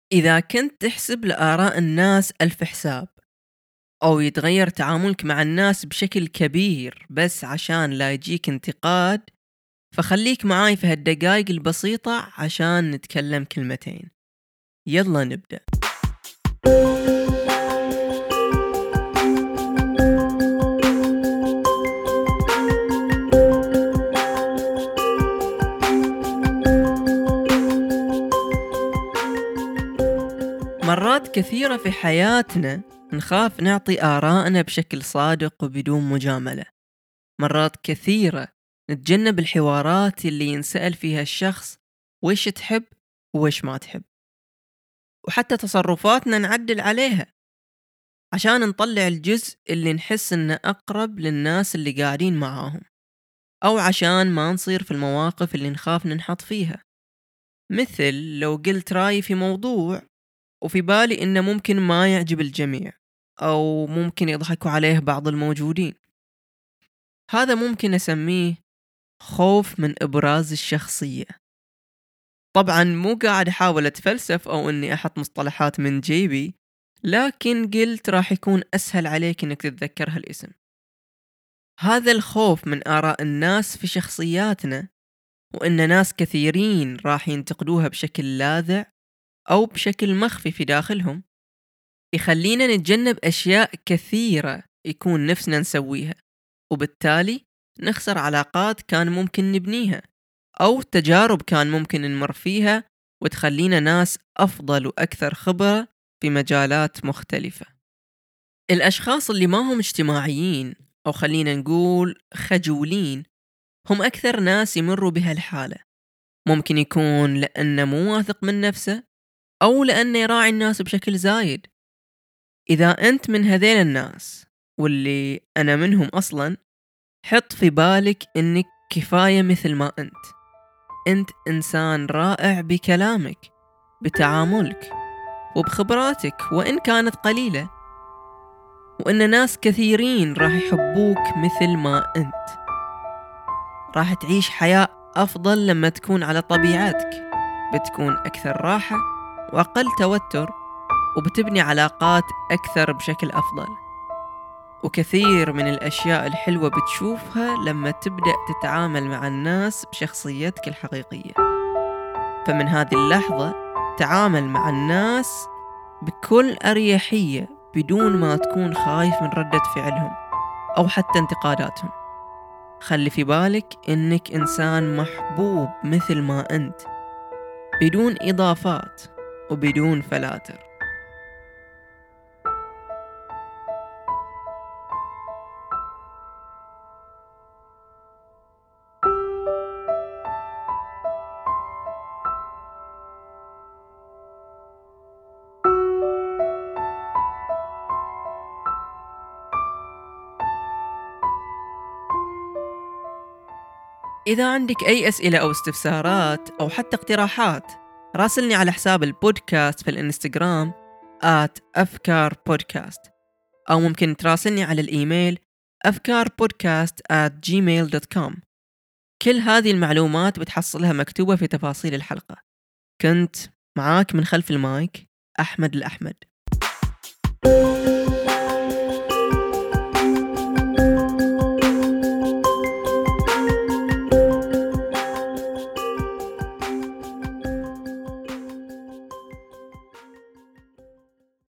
إذا كنت تحسب لآراء الناس ألف حساب، أو يتغير تعاملك مع الناس بشكل كبير بس عشان لا يجيك انتقاد، فخليك معاي في هالدقايق البسيطة عشان نتكلم كلمتين. يلا نبدأ. مرات كثيرة في حياتنا نخاف نعطي آراءنا بشكل صادق وبدون مجاملة. مرات كثيرة نتجنب الحوارات اللي ينسأل فيها الشخص ويش تحب ويش ما تحب، وحتى تصرفاتنا نعدل عليها عشان نطلع الجزء اللي نحس انه اقرب للناس اللي قاعدين معاهم، او عشان ما نصير في المواقف اللي نخاف ننحط فيها. مثل لو قلت رأيي في موضوع وفي بالي انه ممكن ما يعجب الجميع، او ممكن يضحكوا عليه بعض الموجودين. هذا ممكن اسميه خوف من ابراز الشخصية. طبعا مو قاعد احاول اتفلسف او اني احط مصطلحات من جيبي، لكن قلت راح يكون اسهل عليك انك تتذكر هالاسم. هذا الخوف من آراء الناس في شخصياتنا، وإن ناس كثيرين راح ينتقدوها بشكل لاذع أو بشكل مخفي في داخلهم، يخلينا نتجنب أشياء كثيرة يكون نفسنا نسويها، وبالتالي نخسر علاقات كان ممكن نبنيها، أو تجارب كان ممكن نمر فيها وتخلينا ناس أفضل وأكثر خبرة في مجالات مختلفة. الأشخاص اللي ما هم اجتماعيين، أو خلينا نقول خجولين، هم أكثر ناس يمروا بهالحالة. ممكن يكون لأنه مو واثق من نفسه، أو لأنه يراعي الناس بشكل زايد. إذا أنت من هذيل الناس، واللي أنا منهم أصلا، حط في بالك إنك كفاية مثل ما أنت إنسان رائع بكلامك، بتعاملك، وبخبراتك وإن كانت قليلة، وإن ناس كثيرين راح يحبوك مثل ما أنت. راح تعيش حياة أفضل لما تكون على طبيعتك، بتكون أكثر راحة وأقل توتر، وبتبني علاقات أكثر بشكل أفضل. وكثير من الأشياء الحلوة بتشوفها لما تبدأ تتعامل مع الناس بشخصيتك الحقيقية. فمن هذه اللحظة تعامل مع الناس بكل أريحية، بدون ما تكون خايف من ردة فعلهم أو حتى انتقاداتهم. خلي في بالك إنك إنسان محبوب مثل ما أنت، بدون إضافات وبدون فلاتر. إذا عندك أي أسئلة أو استفسارات أو حتى اقتراحات، راسلني على حساب البودكاست في الانستغرام @أفكار بودكاست، أو ممكن تراسلني على الإيميل afkarpodcast@gmail.com. كل هذه المعلومات بتحصلها مكتوبة في تفاصيل الحلقة. كنت معاك من خلف المايك أحمد الأحمد.